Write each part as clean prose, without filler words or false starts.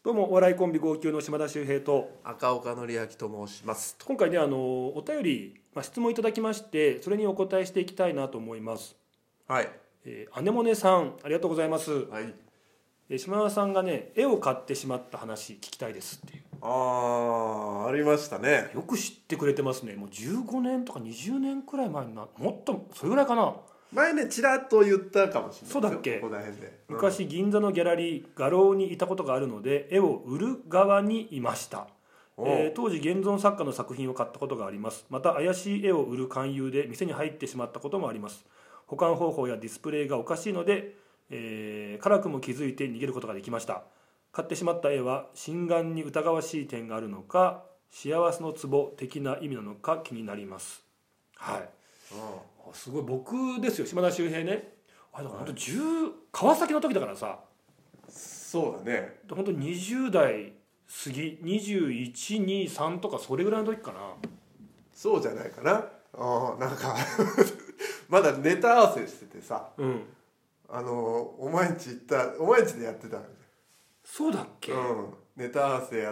どうもお笑いコンビ号泣の島田秀平と赤岡典明と申します。 今回ねお便り、質問いただきましてそれにお答えしていきたいなと思います。 はい、 アネモネさんありがとうございます。 はい。 島田さんがね絵を買ってしまった話聞きたいですっていう。 ありましたね。 よく知ってくれてますね。もう15年とか20年くらい前にもっとそれぐらいかな。 前ねちらっと言ったかもしれない。 そうだっけ。 ここら辺で、 昔銀座のギャラリー画廊にいたことがあるので絵を売る側にいました。当時現存作家の作品を買ったことがあります。また怪しい絵を売る勧誘で店に入ってしまったこともあります。保管方法やディスプレイがおかしいので、辛くも気づいて逃げることができました。買ってしまった絵は心眼に疑わしい点があるのか幸せの壺的な意味なのか気になります。はい、すごい僕ですよ島田秀平ね。あれだから本当川崎の時だからさ。 そうだね。 本当20代過ぎ2123とかそれぐらいの時かな。 そうじゃないかな。なんかまだネタ合わせしててさ、お前んちでやってたんだよ。 そうだっけ。 ネタ合わせやって、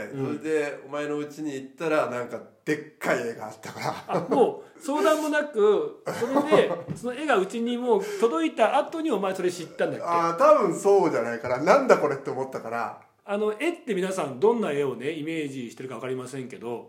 それでお前の家に行ったらなんかでっかい絵があったからもう相談もなくそれでその絵がうちにもう届いた後にお前それ知ったんだっけ。 多分そうじゃないから、なんだこれって思ったから。 絵って皆さんどんな絵をねイメージしてるか分かりませんけど、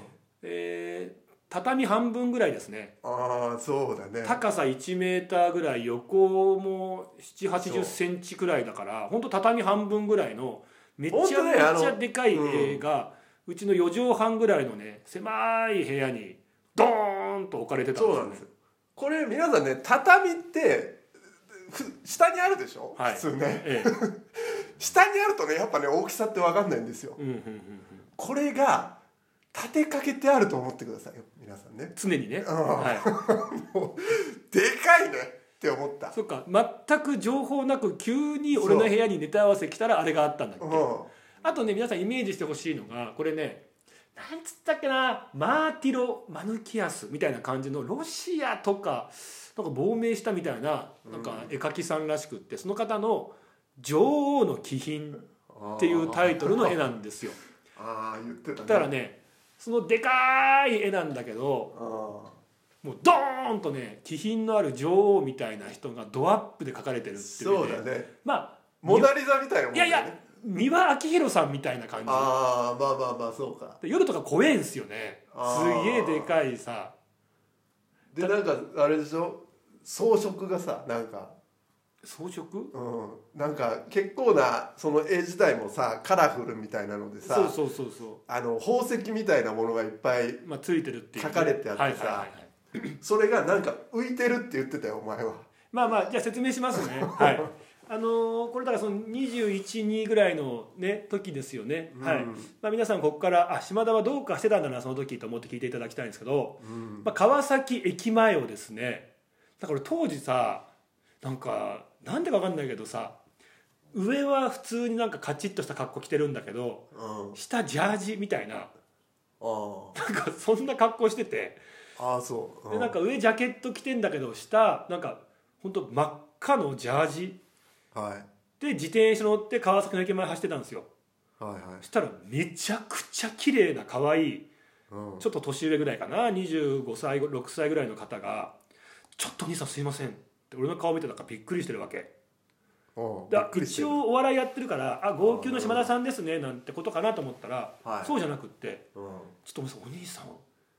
畳半分ぐらいですね。 そうだね。 高さ1メーターぐらい、横も7、80センチくらいだから本当畳半分ぐらいのめちゃめちゃでかい絵がうちの4畳半ぐらいのね狭い部屋にドーンと置かれてたんですよね。 そうなんです。これ皆さんね、畳って下にあるでしょ、 はい、 普通ね、下にあるとねやっぱね大きさって分かんないんですよ。これが立てかけてあると思ってくださいよ皆さんね。 常にね、 もうでかいねって思った。 そっか、全く情報なく急に俺の部屋にネタ合わせ来たらあれがあったんだっけ。あとね皆さんイメージしてほしいのがこれね、なんつったっけな、マーティロ・マヌキアスみたいな感じのロシアとかなんか亡命したみたいななんか絵描きさんらしくって、その方の「女王の気品」っていうタイトルの絵なんですよ。 言ってたね。 だからねそのでかい絵なんだけど、もうドーンとね気品のある女王みたいな人がドアップで描かれてるっていう、 そうだね。 モナリザみたいなもんだよね。 いや三輪明宏さんみたいな感じ。 まあそうか。 夜とか怖えんすよね。すげえでかいさ。 でなんかあれでしょ、装飾がさなんか装飾？ なんか結構なその絵自体もさカラフルみたいなのでさ、 そう宝石みたいなものがいっぱいついてるっていう、 書かれてあってさ、それがなんか浮いてるって言ってたよお前は。 じゃあ説明しますね。はい。これだからその21、2ぐらいのね時ですよね。はい。皆さんここから島田はどうかしてたんだなその時と思って聞いていただきたいんですけど、川崎駅前をですね、だから当時さなんでか分かんないけどさ、上は普通になんかカチッとした格好着てるんだけど、下ジャージみたいな、なんかそんな格好してて、でなんか上ジャケット着てんだけど下なんか本当真っ赤のジャージ、で自転車乗って川崎の駅前走ってたんですよ。そしたらめちゃくちゃ綺麗な可愛い、ちょっと年上ぐらいかな、25歳6歳ぐらいの方が「ちょっと兄さんすいません」って俺の顔見てたからびっくりしてるわけ。一応お笑いやってるから「号泣の島田さんですね」なんてことかなと思ったら、そうじゃなくって「ちょっとお兄さん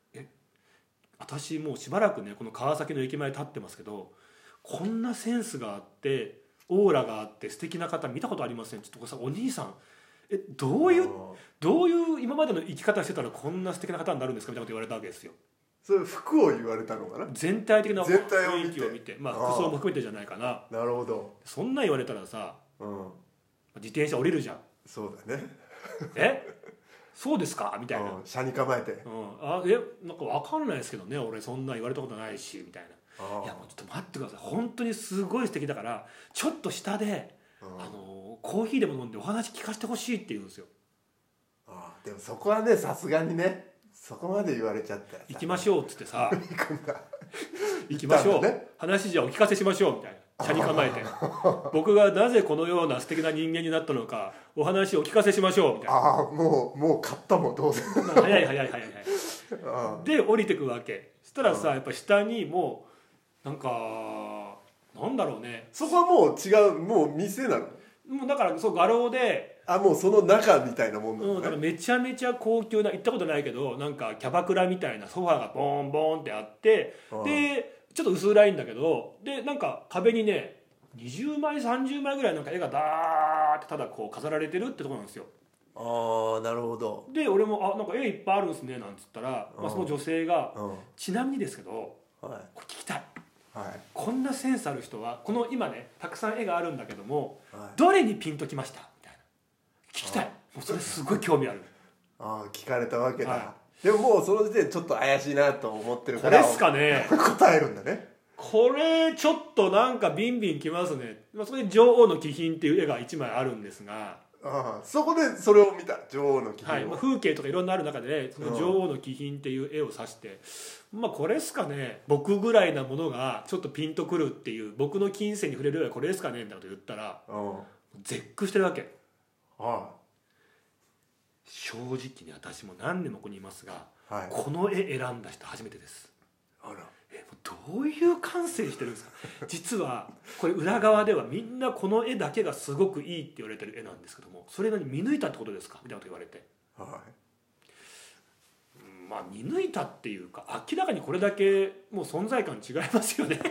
私もうしばらくねこの川崎の駅前立ってますけど、こんなセンスがあってオーラがあって素敵な方見たことありません。ちょっとお兄さんどういう今までの生き方してたらこんな素敵な方になるんですかみたいなこと言われたわけですよ。 それ服を言われたのかな。 全体的な雰囲気を見て、服装も含めてじゃないかな。 なるほど。 そんなん言われたらさ、自転車降りるじゃん。 そうだね。 そうですかみたいな。 車に構えて。 なんか分かんないですけどね、俺そんな言われたことないしみたいな。いやもうちょっと待ってください、本当にすごい素敵だからちょっと下で、コーヒーでも飲んでお話聞かせてほしいって言うんですよ。 でもそこはねさすがにねそこまで言われちゃったら行きましょうっつってさ行きましょう、話じゃお聞かせしましょうみたいな。 車に構えて僕がなぜこのような素敵な人間になったのかお話をお聞かせしましょうみたいな。 ああもう買ったもんどうせ早いで降りてくわけ。そしたらさやっぱ下にもうなんだろうね、 そこはもう違う、もう店なの？ もうだからそう画廊で、 もうその中みたいなもんなのね。 だからめちゃめちゃ高級な、行ったことないけどなんかキャバクラみたいなソファーがボンボンってあって、でちょっと薄暗いんだけど、でなんか壁にね20枚30枚ぐらいなんか絵がダーってただこう飾られてるってところなんですよ。 ああなるほど。 で俺もなんか絵いっぱいあるんですねなんつったら、その女性が、ちなみにですけど、これ聞きたい、こんなセンスある人はこの今ねたくさん絵があるんだけども、どれにピンときましたみたいな聞きたい。もうそれすごい興味ある。 聞かれたわけだ、でももうその時点でちょっと怪しいなと思ってるからこれですかね答えるんだね。 これちょっとなんかビンビンきますね。それで女王の気品っていう絵が1枚あるんですが、 そこでそれを見た女王の気品を、 風景とかいろんなある中で、その女王の気品っていう絵を指して、これですかね、僕ぐらいなものがちょっとピンとくるっていう、僕の金銭に触れる絵はこれですかねみたいなこと言ったら、絶句してるわけ。正直に私も何年もここにいますが、この絵選んだ人初めてです。どういう感性してるんですか実はこれ裏側ではみんなこの絵だけがすごくいいって言われてる絵なんですけども、それ何見抜いたってことですかみたいなこと言われて、見抜いたっていうか明らかにこれだけもう存在感違いますよね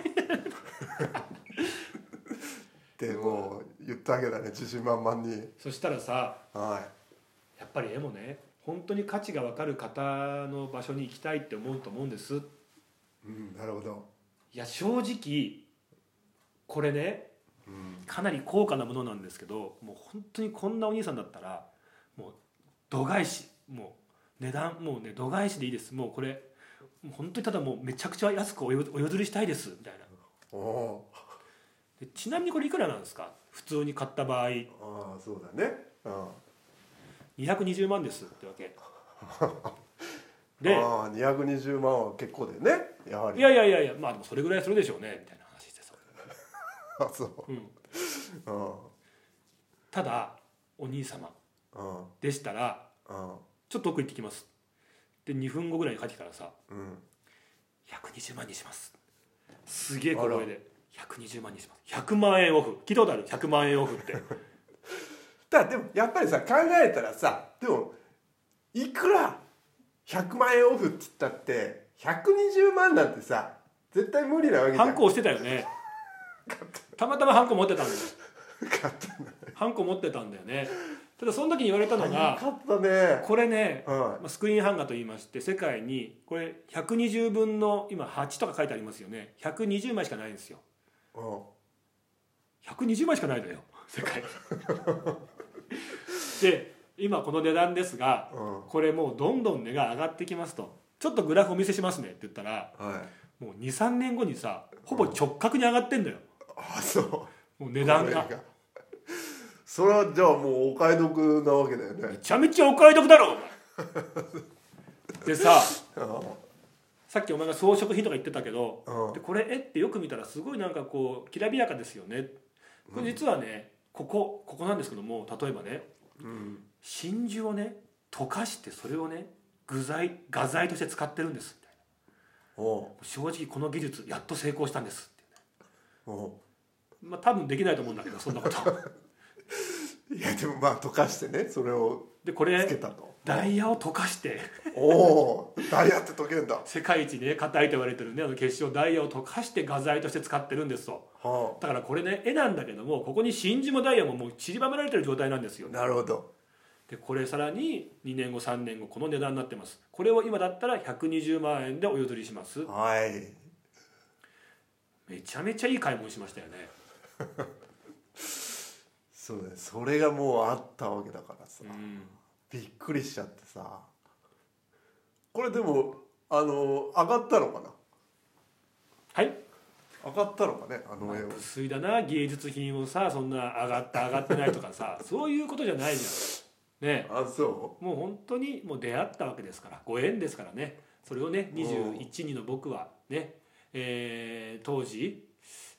でもう言ったわけだね、自信満々に。 そしたらさ、やっぱり絵もね本当に価値が分かる方の場所に行きたいって思うと思うんです。 なるほど。 いや正直これね、かなり高価なものなんですけど、もう本当にこんなお兄さんだったらもう度外視、もう値段もうね度外視でいいです。もうこれもう本当にただもうめちゃくちゃ安くお譲りしたいですみたいな。でちなみにこれいくらなんですか普通に買った場合。 そうだね、 220万ですってわけで 220万は結構だよねやはり。 いやでもそれぐらいするでしょうねみたいな話してさそう、 ただお兄様でしたらちょっと奥行ってきますで2分後ぐらいに帰ってきたらさ、120万にします。すげえ声で120万にします。100万円オフ聞いたことある100万円オフってでもやっぱりさ考えたらさ、でもいくら100万円オフって言ったって120万なんてさ絶対無理なわけじゃん。 ハンコ押してたよねたまたまハンコ持ってたんだよハンコ持ってたんだよね。ただその時に言われたのが、これね、スクリーン版画といいまして世界にこれ120分の今8とか書いてありますよね。120枚しかないんですよ。120枚しかないのよ世界で今この値段ですが、これもうどんどん値が上がってきますと。ちょっとグラフお見せしますねって言ったら、もう 2,3 年後にさほぼ直角に上がってんだよ。もう値段がそれはじゃあもうお買い得なわけだよね。 めちゃめちゃお買い得だろお前でささっきお前が装飾品とか言ってたけど、でこれ絵ってよく見たらすごいなんかこうきらびやかですよね。これ実はねここなんですけども、例えばね、真珠をね溶かしてそれをね画材として使ってるんですみたいな。正直この技術やっと成功したんですってね。多分できないと思うんだけどそんなこといやでも溶かしてねそれをでこれつけたと。 ダイヤを溶かしてダイヤって溶けるんだ。 世界一ね硬いと言われてるね結晶ダイヤを溶かして画材として使ってるんですと。だからこれね絵なんだけどもここに真珠もダイヤももう散りばめられてる状態なんですよ。 なるほど。 でこれさらに2年後3年後この値段になってます。これを今だったら120万円でお譲りします。めちゃめちゃいい買い物しましたよねそうね、それがもうあったわけだからさ、びっくりしちゃってさ。これでも上がったのかな。 はい上がったのかね絵を。 不粋だな芸術品をさそんな上がってないとかさそういうことじゃないじゃんね。 そうもう本当にもう出会ったわけですからご縁ですからね。それをね21、2の僕はね、当時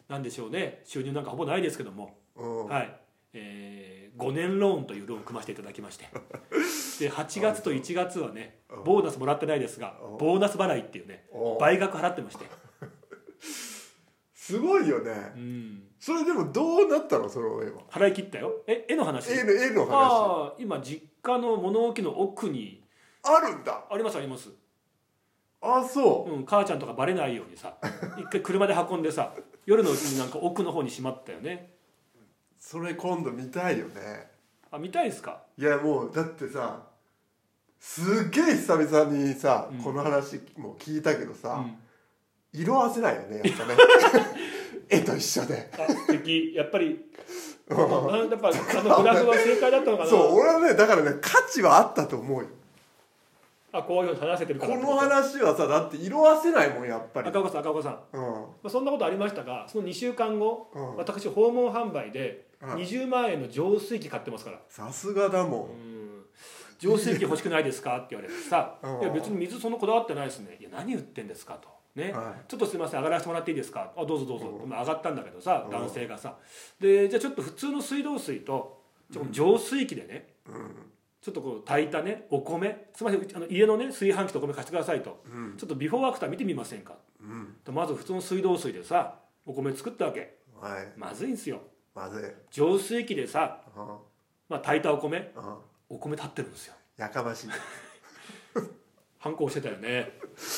なんでしょうね、収入なんかほぼないですけども、はい、5年ローンというローンを組ませていただきましてで8月と1月はねボーナスもらってないですがボーナス払いっていうね倍額払ってましてすごいよね、それでもどうなったのその絵は。 払い切ったよ。絵の話。 絵の話。 ああ、今実家の物置の奥にあるんだ。 ありますあります。 あ、そう。 母ちゃんとかバレないようにさ一回車で運んでさ夜のうちになんか奥の方にしまったよね。 それ今度見たいよね。 あ、見たいですか。 いやもうだってさすっげえ久々にさ、この話も聞いたけどさ、色あせないよねやっぱね絵と一緒で。 素敵。やっぱりやっぱグラフは正解だったのかな。 そう俺はねだからね価値はあったと思うよ。 あ、こういうふうに話せてるからこの話はさだって色あせないもんやっぱり。 赤岡さん、そんなことありましたがその2週間後、私訪問販売で20万円の浄水器買ってますから。 さすがだもん。 浄水器欲しくないですかって言われてさいや別に水そんなこだわってないですね。いや何言ってんですかとね、ちょっとすいません上がらせてもらっていいですか。あ、どうぞどうぞ。上がったんだけどさ男性がさでじゃあちょっと普通の水道水と浄水器でね、ちょっとこう炊いたねお米すみません家のね炊飯器とお米貸してくださいと、ちょっとビフォーアフター見てみませんか、まず普通の水道水でさお米作ったわけ、まずいんすよ。 まずい。 浄水器でさ、炊いたお米、お米立ってるんですよ。 やかましい反抗してたよね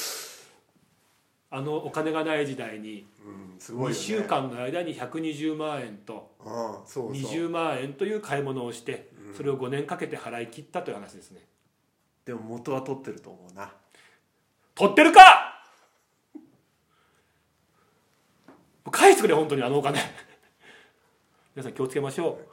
お金がない時代に2週間の間に120万円と20万円という買い物をしてそれを5年かけて払い切ったという話ですね。 でも元は取ってると思うな。 取ってるか返してくれ本当にお金皆さん気をつけましょう。